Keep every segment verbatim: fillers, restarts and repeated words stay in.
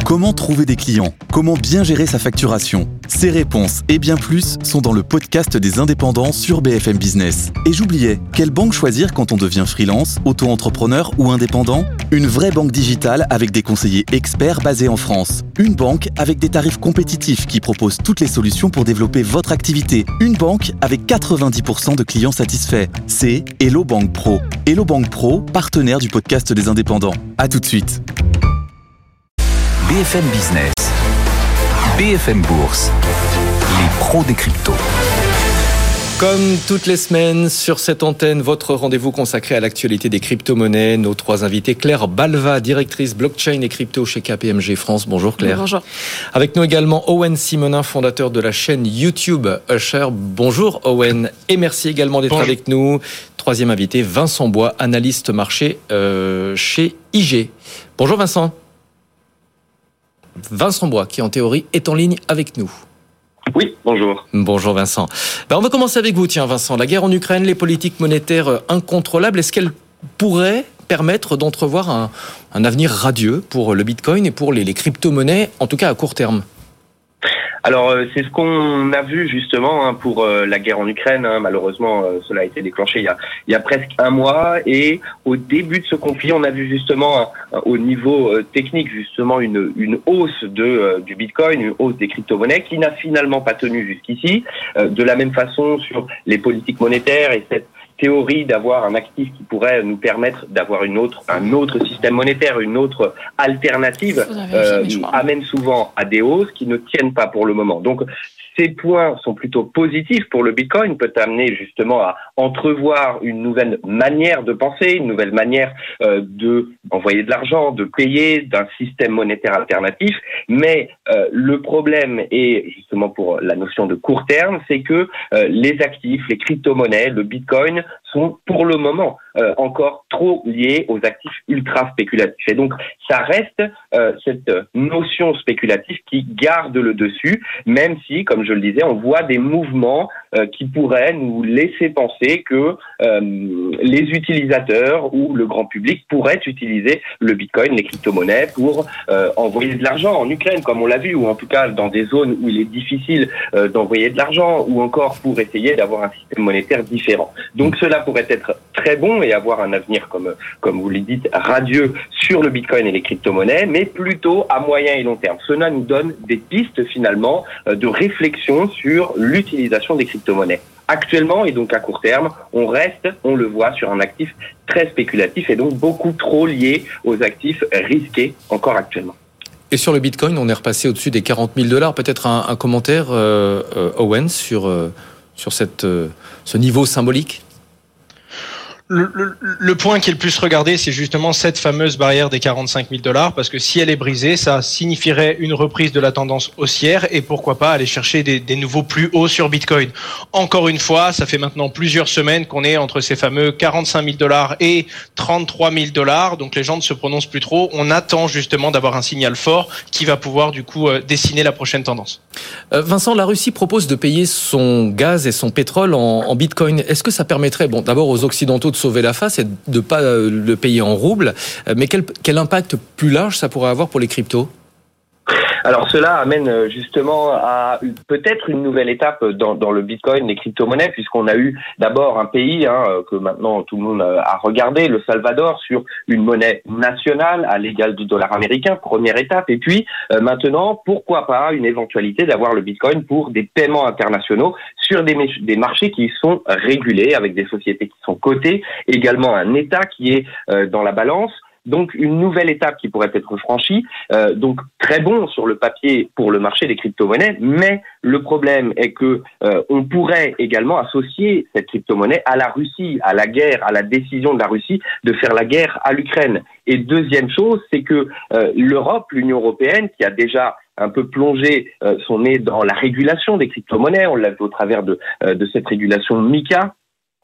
Comment trouver des clients ? Comment bien gérer sa facturation ? Ces réponses et bien plus sont dans le podcast des indépendants sur B F M Business. Et j'oubliais, quelle banque choisir quand on devient freelance, auto-entrepreneur ou indépendant ? Une vraie banque digitale avec des conseillers experts basés en France. Une banque avec des tarifs compétitifs qui propose toutes les solutions pour développer votre activité. Une banque avec quatre-vingt-dix pour cent de clients satisfaits. C'est Hello Bank Pro. Hello Bank Pro, partenaire du podcast des indépendants. À tout de suite. B F M Business, B F M Bourse, les pros des cryptos. Comme toutes les semaines sur cette antenne, votre rendez-vous consacré à l'actualité des crypto-monnaies. Nos trois invités, Claire Balva, directrice blockchain et crypto chez K P M G France. Bonjour Claire. Bonjour. Avec nous également Owen Simonin, fondateur de la chaîne YouTube Usher. Bonjour Owen et merci également d'être Bonjour. Avec nous. Troisième invité, Vincent Bois, analyste marché euh, chez I G. Bonjour Vincent. Vincent Bois, qui en théorie est en ligne avec nous. Oui, bonjour. Bonjour Vincent. Ben, on va commencer avec vous, tiens Vincent. La guerre en Ukraine, les politiques monétaires incontrôlables, est-ce qu'elles pourraient permettre d'entrevoir un, un avenir radieux pour le Bitcoin et pour les, les crypto-monnaies, en tout cas à court terme ? Alors c'est ce qu'on a vu justement hein, pour euh, la guerre en Ukraine. Hein. Malheureusement, euh, cela a été déclenché il y a, il y a presque un mois. Et au début de ce conflit, on a vu justement hein, au niveau euh, technique justement une, une hausse de euh, du Bitcoin, une hausse des crypto-monnaies qui n'a finalement pas tenu jusqu'ici. Euh, de la même façon sur les politiques monétaires et cette théorie d'avoir un actif qui pourrait nous permettre d'avoir une autre, un autre système monétaire, une autre alternative, euh, amène souvent à des hausses qui ne tiennent pas pour le moment. Donc, ces points sont plutôt positifs pour le Bitcoin, peut amener justement à entrevoir une nouvelle manière de penser, une nouvelle manière euh, de envoyer de l'argent, de payer, d'un système monétaire alternatif. Mais euh, le problème est justement pour la notion de court terme, c'est que euh, les actifs, les crypto-monnaies, le Bitcoin sont pour le moment euh, encore trop liés aux actifs ultra spéculatifs. Et donc, ça reste euh, cette notion spéculative qui garde le dessus, même si, comme je le disais, on voit des mouvements euh, qui pourraient nous laisser penser que euh, les utilisateurs ou le grand public pourraient utiliser le Bitcoin, les crypto-monnaies, pour euh, envoyer de l'argent en Ukraine, comme on l'a vu, ou en tout cas dans des zones où il est difficile euh, d'envoyer de l'argent, ou encore pour essayer d'avoir un système monétaire différent. Donc cela pourrait être très bon et avoir un avenir, comme comme vous le dites, radieux sur le Bitcoin et les crypto-monnaies, mais plutôt à moyen et long terme. Cela nous donne des pistes finalement de réflexion sur l'utilisation des crypto-monnaies. Actuellement, et donc à court terme, on reste, on le voit, sur un actif très spéculatif et donc beaucoup trop lié aux actifs risqués encore actuellement. Et sur le Bitcoin, on est repassé au-dessus des quarante mille dollars. Peut-être un, un commentaire, euh, euh, Owen, sur, euh, sur cette, euh, ce niveau symbolique ? Le, le, le point qui est le plus regardé, c'est justement cette fameuse barrière des quarante-cinq mille dollars, parce que si elle est brisée, ça signifierait une reprise de la tendance haussière et pourquoi pas aller chercher des, des nouveaux plus hauts sur Bitcoin. Encore une fois, ça fait maintenant plusieurs semaines qu'on est entre ces fameux quarante-cinq mille dollars et trente-trois mille dollars, donc les gens ne se prononcent plus trop. On attend justement d'avoir un signal fort qui va pouvoir du coup euh, dessiner la prochaine tendance. Euh, Vincent, la Russie propose de payer son gaz et son pétrole en, en Bitcoin. Est-ce que ça permettrait, bon, d'abord aux Occidentaux de sauver la face et de ne pas le payer en roubles, mais quel, quel impact plus large ça pourrait avoir pour les cryptos ? Alors cela amène justement à peut-être une nouvelle étape dans, dans le Bitcoin, les crypto-monnaies, puisqu'on a eu d'abord un pays hein, que maintenant tout le monde a regardé, le Salvador, sur une monnaie nationale à l'égal du dollar américain, première étape. Et puis euh, maintenant, pourquoi pas une éventualité d'avoir le Bitcoin pour des paiements internationaux sur des, des marchés qui sont régulés, avec des sociétés qui sont cotées, également un État qui est euh, dans la balance. Donc une nouvelle étape qui pourrait être franchie, euh, donc très bon sur le papier pour le marché des crypto-monnaies, mais le problème est que euh, on pourrait également associer cette crypto-monnaie à la Russie, à la guerre, à la décision de la Russie de faire la guerre à l'Ukraine. Et deuxième chose, c'est que euh, l'Europe, l'Union européenne, qui a déjà un peu plongé euh, son nez dans la régulation des crypto-monnaies, on l'a vu au travers de, euh, de cette régulation MiCA,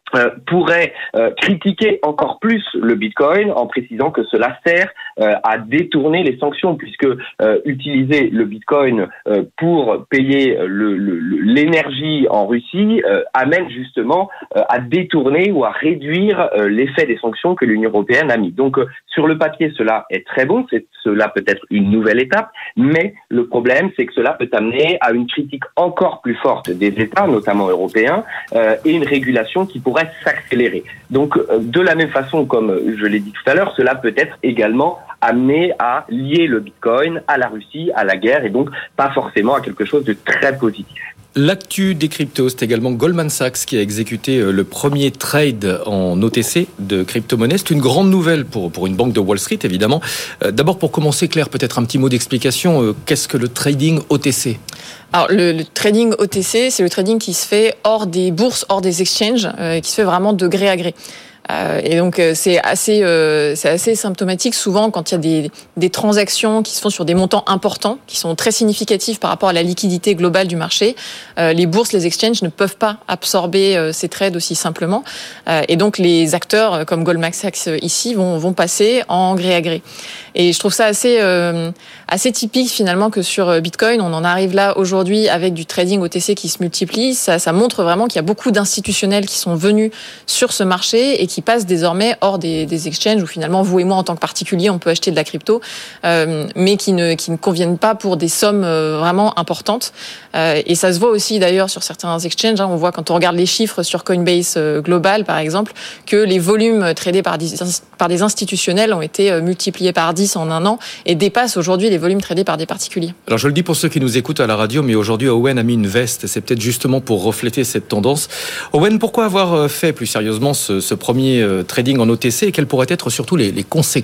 Euh, pourrait euh, critiquer encore plus le Bitcoin en précisant que cela sert euh, à détourner les sanctions, puisque euh, utiliser le Bitcoin euh, pour payer le, le, l'énergie en Russie euh, amène justement euh, à détourner ou à réduire euh, l'effet des sanctions que l'Union européenne a mis. Donc euh, sur le papier, cela est très bon, c'est, cela peut être une nouvelle étape, mais le problème, c'est que cela peut amener à une critique encore plus forte des États, notamment européens, euh, et une régulation qui pourrait s'accélérer. Donc, de la même façon, comme je l'ai dit tout à l'heure, cela peut être également amené à lier le Bitcoin à la Russie, à la guerre, et donc pas forcément à quelque chose de très positif. L'actu des cryptos, c'est également Goldman Sachs qui a exécuté le premier trade en O T C de crypto-monnaies. C'est une grande nouvelle pour, pour une banque de Wall Street, évidemment. D'abord, pour commencer, Claire, peut-être un petit mot d'explication. Qu'est-ce que le trading O T C ? Alors, le, le trading O T C, c'est le trading qui se fait hors des bourses, hors des exchanges, euh, qui se fait vraiment de gré à gré. Euh, et donc c'est assez, euh, c'est assez symptomatique souvent quand il y a des, des transactions qui se font sur des montants importants, qui sont très significatifs par rapport à la liquidité globale du marché. Euh, les bourses, les exchanges ne peuvent pas absorber euh, ces trades aussi simplement. Euh, et donc les acteurs comme Goldman Sachs ici vont, vont passer en gré à gré. Et je trouve ça assez, euh, assez typique finalement que sur Bitcoin, on en arrive là aujourd'hui avec du trading O T C qui se multiplie. Ça, ça montre vraiment qu'il y a beaucoup d'institutionnels qui sont venus sur ce marché et qui qui passent désormais hors des, des exchanges où finalement vous et moi en tant que particulier on peut acheter de la crypto, euh, mais qui ne qui ne conviennent pas pour des sommes euh, vraiment importantes. Euh, et ça se voit aussi d'ailleurs sur certains exchanges. Hein, on voit quand on regarde les chiffres sur Coinbase euh, Global par exemple que les volumes tradés par des par des institutionnels ont été euh, multipliés par dix en un an et dépassent aujourd'hui les volumes tradés par des particuliers. Alors je le dis pour ceux qui nous écoutent à la radio, mais aujourd'hui Owen a mis une veste. C'est peut-être justement pour refléter cette tendance. Owen, pourquoi avoir fait plus sérieusement ce, ce premier trading en O T C et quelles pourraient être surtout les, les conséquences ?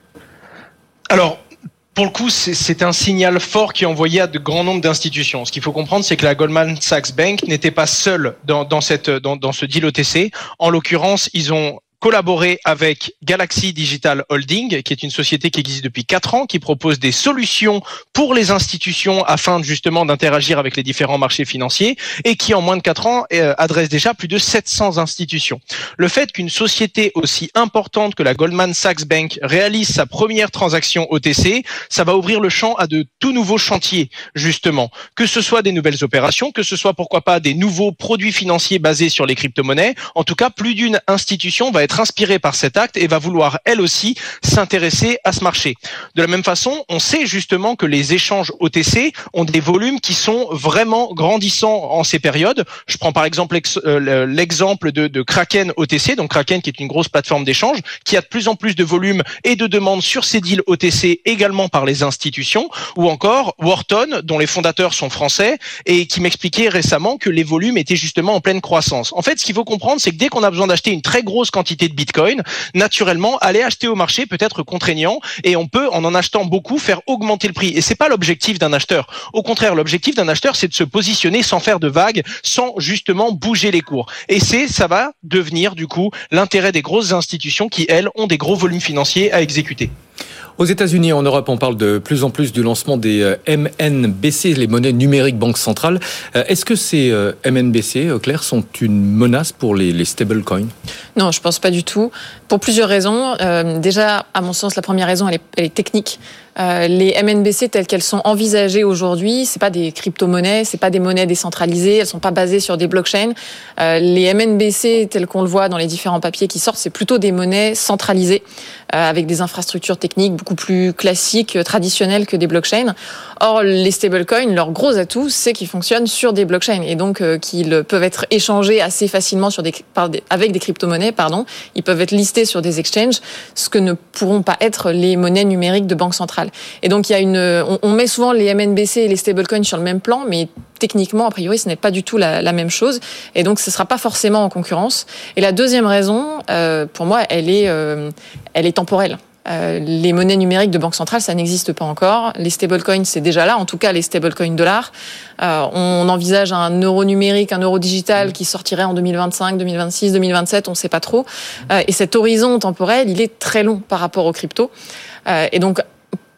Alors, pour le coup, c'est, c'est un signal fort qui est envoyé à de grands nombres d'institutions. Ce qu'il faut comprendre, c'est que la Goldman Sachs Bank n'était pas seule dans, dans, cette, dans, dans ce deal O T C. En l'occurrence, ils ont collaboré avec Galaxy Digital Holding, qui est une société qui existe depuis quatre ans, qui propose des solutions pour les institutions afin justement d'interagir avec les différents marchés financiers et qui en moins de quatre ans euh, adresse déjà plus de sept cents institutions. Le fait qu'une société aussi importante que la Goldman Sachs Bank réalise sa première transaction O T C, ça va ouvrir le champ à de tout nouveaux chantiers justement, que ce soit des nouvelles opérations, que ce soit pourquoi pas des nouveaux produits financiers basés sur les crypto-monnaies. En tout cas, plus d'une institution va être inspirée par cet acte et va vouloir elle aussi s'intéresser à ce marché. De la même façon, on sait justement que les échanges O T C ont des volumes qui sont vraiment grandissants en ces périodes. Je prends par exemple l'ex, euh, l'exemple de, de Kraken O T C, donc Kraken qui est une grosse plateforme d'échange, qui a de plus en plus de volumes et de demandes sur ces deals O T C également par les institutions, ou encore Wharton, dont les fondateurs sont français et qui m'expliquait récemment que les volumes étaient justement en pleine croissance. En fait, ce qu'il faut comprendre, c'est que dès qu'on a besoin d'acheter une très grosse quantité de Bitcoin, naturellement, aller acheter au marché peut être contraignant et on peut, en en achetant beaucoup, faire augmenter le prix. Et c'est pas l'objectif d'un acheteur. Au contraire, l'objectif d'un acheteur, c'est de se positionner sans faire de vagues, sans justement bouger les cours. Et c'est, ça va devenir, du coup, l'intérêt des grosses institutions qui, elles, ont des gros volumes financiers à exécuter. Aux États-Unis et en Europe, on parle de plus en plus du lancement des M N B C, les monnaies numériques banque centrale. Est-ce que ces M N B C, Claire, sont une menace pour les, les stablecoins ? Non, je pense pas du tout. Pour plusieurs raisons. Euh, déjà, à mon sens, la première raison, elle est, elle est technique. Euh, les M N B C telles qu'elles sont envisagées aujourd'hui, c'est pas des crypto-monnaies, c'est pas des monnaies décentralisées, elles sont pas basées sur des blockchains. Euh, les M N B C telles qu'on le voit dans les différents papiers qui sortent, c'est plutôt des monnaies centralisées euh, avec des infrastructures techniques beaucoup plus classiques, traditionnelles que des blockchains. Or, les stablecoins, leur gros atout, c'est qu'ils fonctionnent sur des blockchains et donc euh, qu'ils peuvent être échangés assez facilement sur des, par des, avec des crypto-monnaies, pardon. Ils peuvent être listés sur des exchanges, ce que ne pourront pas être les monnaies numériques de banque centrale. Et donc il y a une, on, on met souvent les M N B C et les stablecoins sur le même plan, mais techniquement, a priori, ce n'est pas du tout la, la même chose. Et donc, ce ne sera pas forcément en concurrence. Et la deuxième raison, euh, pour moi, elle est, euh, elle est temporelle. Euh, les monnaies numériques de banque centrale, ça n'existe pas encore. Les stablecoins, c'est déjà là. En tout cas, les stablecoins dollars. Euh, on envisage un euro numérique, un euro digital qui sortirait en deux mille vingt-cinq, deux mille vingt-six, deux mille vingt-sept. On ne sait pas trop. Euh, et cet horizon temporel, il est très long par rapport aux cryptos. Euh, et donc,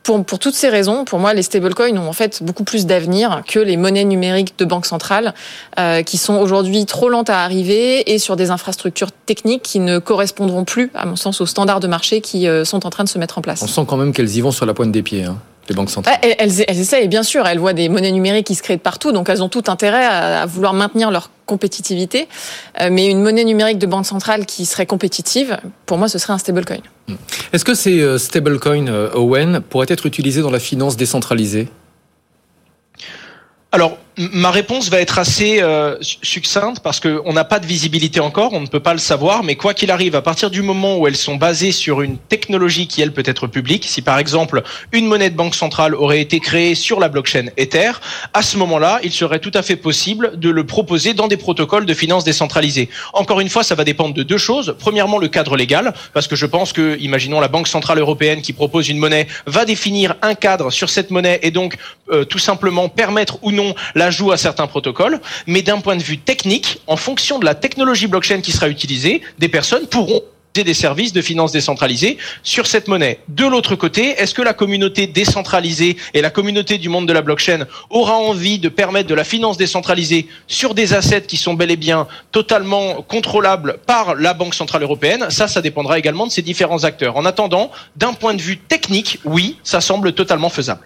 pour, pour toutes ces raisons, pour moi, les stablecoins ont en fait beaucoup plus d'avenir que les monnaies numériques de banque centrale, euh, qui sont aujourd'hui trop lentes à arriver et sur des infrastructures techniques qui ne correspondront plus, à mon sens, aux standards de marché qui euh, sont en train de se mettre en place. On sent quand même qu'elles y vont sur la pointe des pieds, hein, les banques centrales. Ouais, elles, elles essayent, bien sûr. Elles voient des monnaies numériques qui se créent de partout, donc elles ont tout intérêt à, à vouloir maintenir leur compétitivité. Euh, mais une monnaie numérique de banque centrale qui serait compétitive, pour moi, ce serait un stablecoin. Est-ce que ces euh, stablecoins, euh, Owen, pourraient être utilisés dans la finance décentralisée ? Alors, ma réponse va être assez euh, succincte parce qu'on n'a pas de visibilité encore, on ne peut pas le savoir, mais quoi qu'il arrive, à partir du moment où elles sont basées sur une technologie qui, elle, peut être publique, si par exemple une monnaie de banque centrale aurait été créée sur la blockchain Ether, à ce moment-là, il serait tout à fait possible de le proposer dans des protocoles de finance décentralisée. Encore une fois, ça va dépendre de deux choses. Premièrement, le cadre légal, parce que je pense que, imaginons la Banque Centrale Européenne qui propose une monnaie, va définir un cadre sur cette monnaie et donc euh, tout simplement permettre ou non l'ajout à certains protocoles, mais d'un point de vue technique, en fonction de la technologie blockchain qui sera utilisée, des personnes pourront utiliser des services de finance décentralisée sur cette monnaie. De l'autre côté, est-ce que la communauté décentralisée et la communauté du monde de la blockchain aura envie de permettre de la finance décentralisée sur des assets qui sont bel et bien totalement contrôlables par la Banque Centrale Européenne? Ça, ça dépendra également de ces différents acteurs. En attendant, d'un point de vue technique, oui, ça semble totalement faisable.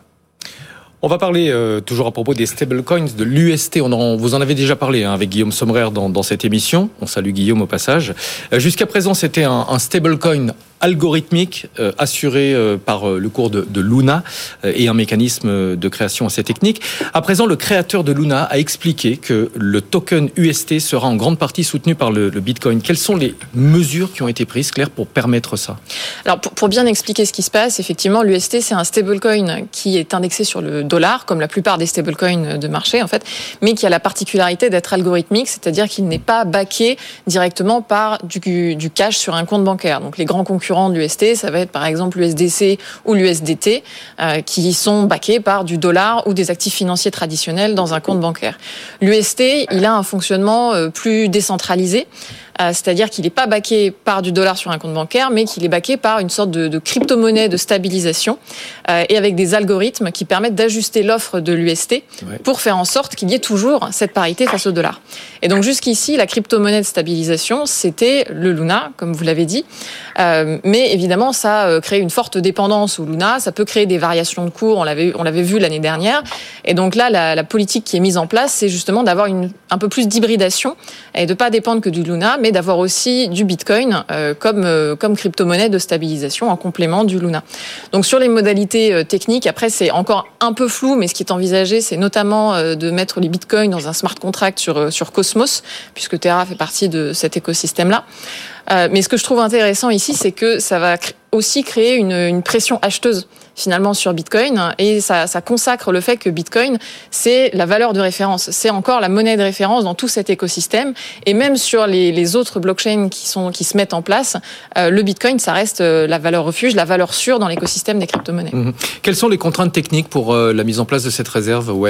On va parler euh, toujours à propos des stablecoins, de l'U S T. On en, vous en avez déjà parlé hein, avec Guillaume Sommerer dans, dans cette émission. On salue Guillaume au passage. Euh, jusqu'à présent, c'était un, un stablecoin algorithmique euh, assuré euh, par euh, le cours de, de Luna euh, et un mécanisme de création assez technique. À présent, le créateur de Luna a expliqué que le token U S T sera en grande partie soutenu par le, le Bitcoin. Quelles sont les mesures qui ont été prises, Claire, pour permettre ça? Alors, pour, pour bien expliquer ce qui se passe, effectivement, l'U S T, c'est un stablecoin qui est indexé sur le dollar, comme la plupart des stablecoins de marché, en fait, mais qui a la particularité d'être algorithmique, c'est-à-dire qu'il n'est pas backé directement par du, du cash sur un compte bancaire. Donc, les grands concurrents de l'U S T, ça va être par exemple l'U S D C ou l'U S D T, euh, qui sont backés par du dollar ou des actifs financiers traditionnels dans un compte bancaire. L'U S T, il a un fonctionnement euh, plus décentralisé, euh, c'est-à-dire qu'il n'est pas backé par du dollar sur un compte bancaire, mais qu'il est backé par une sorte de, de crypto-monnaie de stabilisation euh, et avec des algorithmes qui permettent d'ajuster l'offre de l'U S T ouais. pour faire en sorte qu'il y ait toujours cette parité face au dollar. Et donc jusqu'ici, la crypto-monnaie de stabilisation, c'était le Luna, comme vous l'avez dit. Euh, mais évidemment, ça crée une forte dépendance au Luna. Ça peut créer des variations de cours. On l'avait, on l'avait vu l'année dernière. Et donc là, la, la politique qui est mise en place, c'est justement d'avoir une, un peu plus d'hybridation et de pas dépendre que du Luna, mais d'avoir aussi du Bitcoin euh, comme, euh, comme crypto-monnaie de stabilisation en complément du Luna. Donc sur les modalités euh, techniques, après, c'est encore un peu flou, mais ce qui est envisagé, c'est notamment euh, de mettre les Bitcoins dans un smart contract sur, euh, sur Cosmos, puisque Terra fait partie de cet écosystème-là. Euh, mais ce que je trouve intéressant ici, c'est que ça va cr- aussi créer une, une pression acheteuse finalement sur Bitcoin, et ça, ça consacre le fait que Bitcoin, c'est la valeur de référence, c'est encore la monnaie de référence dans tout cet écosystème, et même sur les, les autres blockchains qui sont qui se mettent en place, euh, le Bitcoin, ça reste euh, la valeur refuge, la valeur sûre dans l'écosystème des crypto-monnaies. Mmh. Quelles sont les contraintes techniques pour euh, la mise en place de cette réserve, Owen ?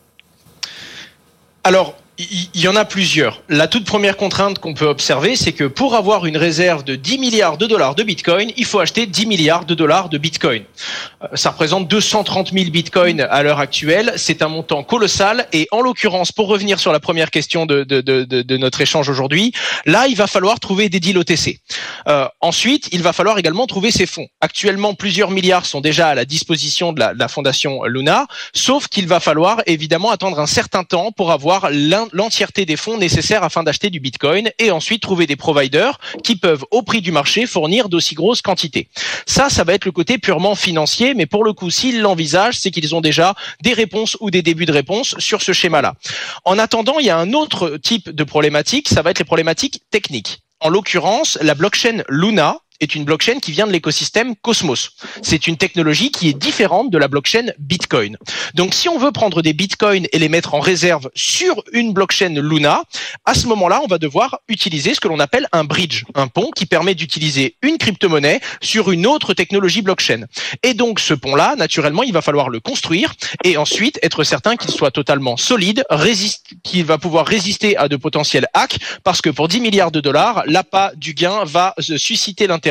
Alors, il y en a plusieurs. La toute première contrainte qu'on peut observer, c'est que pour avoir une réserve de dix milliards de dollars de Bitcoin, il faut acheter dix milliards de dollars de Bitcoin. Ça représente deux cent trente mille Bitcoins à l'heure actuelle. C'est un montant colossal. Et en l'occurrence, pour revenir sur la première question de, de, de, de notre échange aujourd'hui, là, il va falloir trouver des deals O T C. Euh, ensuite, il va falloir également trouver ces fonds. Actuellement, plusieurs milliards sont déjà à la disposition de la, de la fondation Luna, sauf qu'il va falloir évidemment attendre un certain temps pour avoir l'un l'entièreté des fonds nécessaires afin d'acheter du Bitcoin et ensuite trouver des providers qui peuvent, au prix du marché, fournir d'aussi grosses quantités. Ça, ça va être le côté purement financier, mais pour le coup, s'ils l'envisagent, c'est qu'ils ont déjà des réponses ou des débuts de réponses sur ce schéma-là. En attendant, il y a un autre type de problématique, ça va être les problématiques techniques. En l'occurrence, la blockchain Luna est une blockchain qui vient de l'écosystème Cosmos. C'est une technologie qui est différente de la blockchain Bitcoin. Donc, si on veut prendre des Bitcoins et les mettre en réserve sur une blockchain Luna, à ce moment-là, on va devoir utiliser ce que l'on appelle un bridge, un pont qui permet d'utiliser une crypto-monnaie sur une autre technologie blockchain. Et donc, ce pont-là, naturellement, il va falloir le construire et ensuite être certain qu'il soit totalement solide, résiste, qu'il va pouvoir résister à de potentiels hacks, parce que pour dix milliards de dollars, l'appât du gain va susciter l'intérêt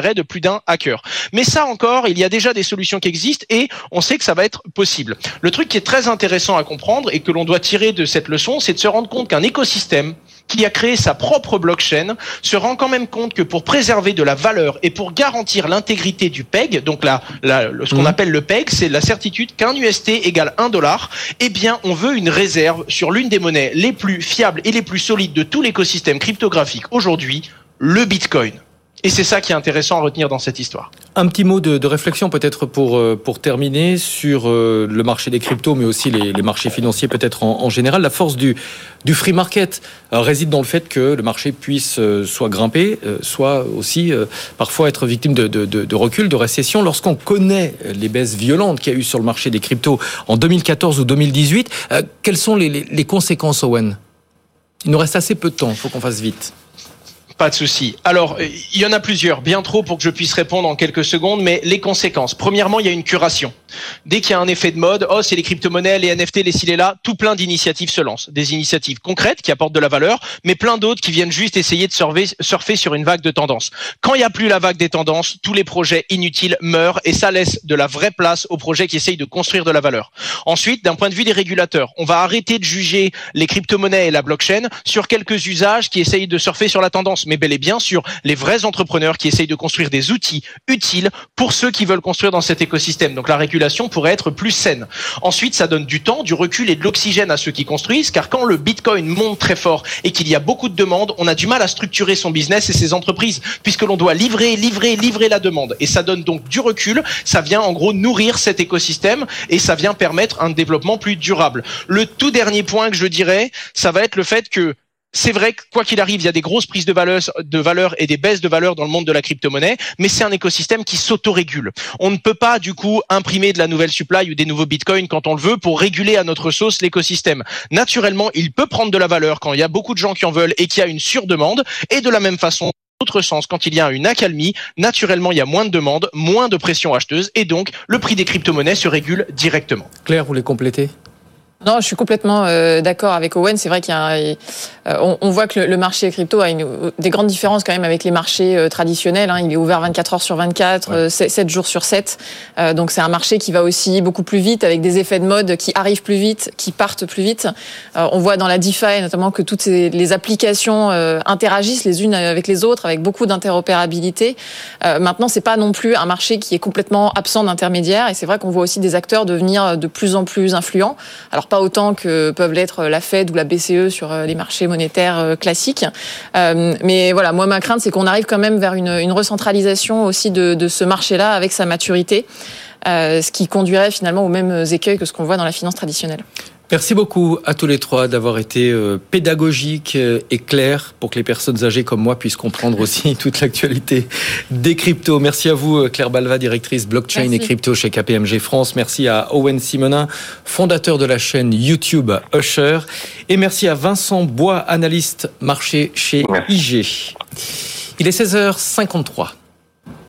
l'intérêt de plus d'un hacker. Mais ça encore, il y a déjà des solutions qui existent et on sait que ça va être possible. Le truc qui est très intéressant à comprendre et que l'on doit tirer de cette leçon, c'est de se rendre compte qu'un écosystème qui a créé sa propre blockchain se rend quand même compte que pour préserver de la valeur et pour garantir l'intégrité du P E G, donc la, la, ce qu'on mmh. appelle le P E G, c'est la certitude qu'un U S T égale un dollar, eh bien on veut une réserve sur l'une des monnaies les plus fiables et les plus solides de tout l'écosystème cryptographique aujourd'hui, le Bitcoin. Et c'est ça qui est intéressant à retenir dans cette histoire. Un petit mot de, de réflexion peut-être pour, pour terminer sur le marché des cryptos, mais aussi les, les marchés financiers peut-être en, en général. La force du, du free market réside dans le fait que le marché puisse soit grimper, soit aussi parfois être victime de, de, de, de recul, de récession. Lorsqu'on connaît les baisses violentes qu'il y a eu sur le marché des cryptos en deux mille quatorze ou deux mille dix-huit, quelles sont les, les, les conséquences, Owen ? Il nous reste assez peu de temps, il faut qu'on fasse vite. Pas de souci. Alors, il y en a plusieurs, bien trop pour que je puisse répondre en quelques secondes, mais les conséquences. Premièrement, il y a une curation. Dès qu'il y a un effet de mode, oh, c'est les crypto-monnaies, les N F T, les ci, les là, tout plein d'initiatives se lancent. Des initiatives concrètes qui apportent de la valeur, mais plein d'autres qui viennent juste essayer de surfer, surfer sur une vague de tendances. Quand il n'y a plus la vague des tendances, tous les projets inutiles meurent et ça laisse de la vraie place aux projets qui essayent de construire de la valeur. Ensuite, d'un point de vue des régulateurs, on va arrêter de juger les crypto-monnaies et la blockchain sur quelques usages qui essayent de surfer sur la tendance, mais bel et bien sur les vrais entrepreneurs qui essayent de construire des outils utiles pour ceux qui veulent construire dans cet écosystème. Donc la régulation pourrait être plus saine. Ensuite, ça donne du temps, du recul et de l'oxygène à ceux qui construisent, car quand le Bitcoin monte très fort et qu'il y a beaucoup de demandes, on a du mal à structurer son business et ses entreprises, puisque l'on doit livrer, livrer, livrer la demande. Et ça donne donc du recul, ça vient en gros nourrir cet écosystème et ça vient permettre un développement plus durable. Le tout dernier point que je dirais, ça va être le fait que c'est vrai que quoi qu'il arrive, il y a des grosses prises de valeur, de valeur et des baisses de valeur dans le monde de la crypto-monnaie, mais c'est un écosystème qui s'autorégule. On ne peut pas du coup imprimer de la nouvelle supply ou des nouveaux bitcoins quand on le veut pour réguler à notre sauce l'écosystème. Naturellement, il peut prendre de la valeur quand il y a beaucoup de gens qui en veulent et qu'il y a une surdemande, et de la même façon, dans l'autre sens, quand il y a une accalmie, naturellement il y a moins de demandes, moins de pression acheteuse, et donc le prix des crypto-monnaies se régule directement. Claire, vous voulez compléter ? Non, je suis complètement euh, d'accord avec Owen. C'est vrai qu'il y a, euh, on, on voit que le, le marché crypto a une, des grandes différences quand même avec les marchés euh, traditionnels. Hein. Il est ouvert vingt-quatre heures sur vingt-quatre, ouais. euh, sept jours sur sept. Euh, donc c'est un marché qui va aussi beaucoup plus vite, avec des effets de mode qui arrivent plus vite, qui partent plus vite. Euh, on voit dans la DeFi notamment que toutes ces, les applications euh, interagissent les unes avec les autres, avec beaucoup d'interopérabilité. Euh, maintenant, c'est pas non plus un marché qui est complètement absent d'intermédiaires. Et c'est vrai qu'on voit aussi des acteurs devenir de plus en plus influents. Alors pas autant que peuvent l'être la Fed ou la B C E sur les marchés monétaires classiques. Euh, mais voilà, moi ma crainte c'est qu'on arrive quand même vers une, une recentralisation aussi de, de ce marché-là avec sa maturité, euh, ce qui conduirait finalement aux mêmes écueils que ce qu'on voit dans la finance traditionnelle. Merci beaucoup à tous les trois d'avoir été pédagogiques et clairs pour que les personnes âgées comme moi puissent comprendre aussi toute l'actualité des cryptos. Merci à vous Claire Balva, directrice blockchain Merci. et crypto chez K P M G France. Merci à Owen Simonin, fondateur de la chaîne YouTube Usher. Et merci à Vincent Bois, analyste marché chez I G. Il est seize heures cinquante-trois.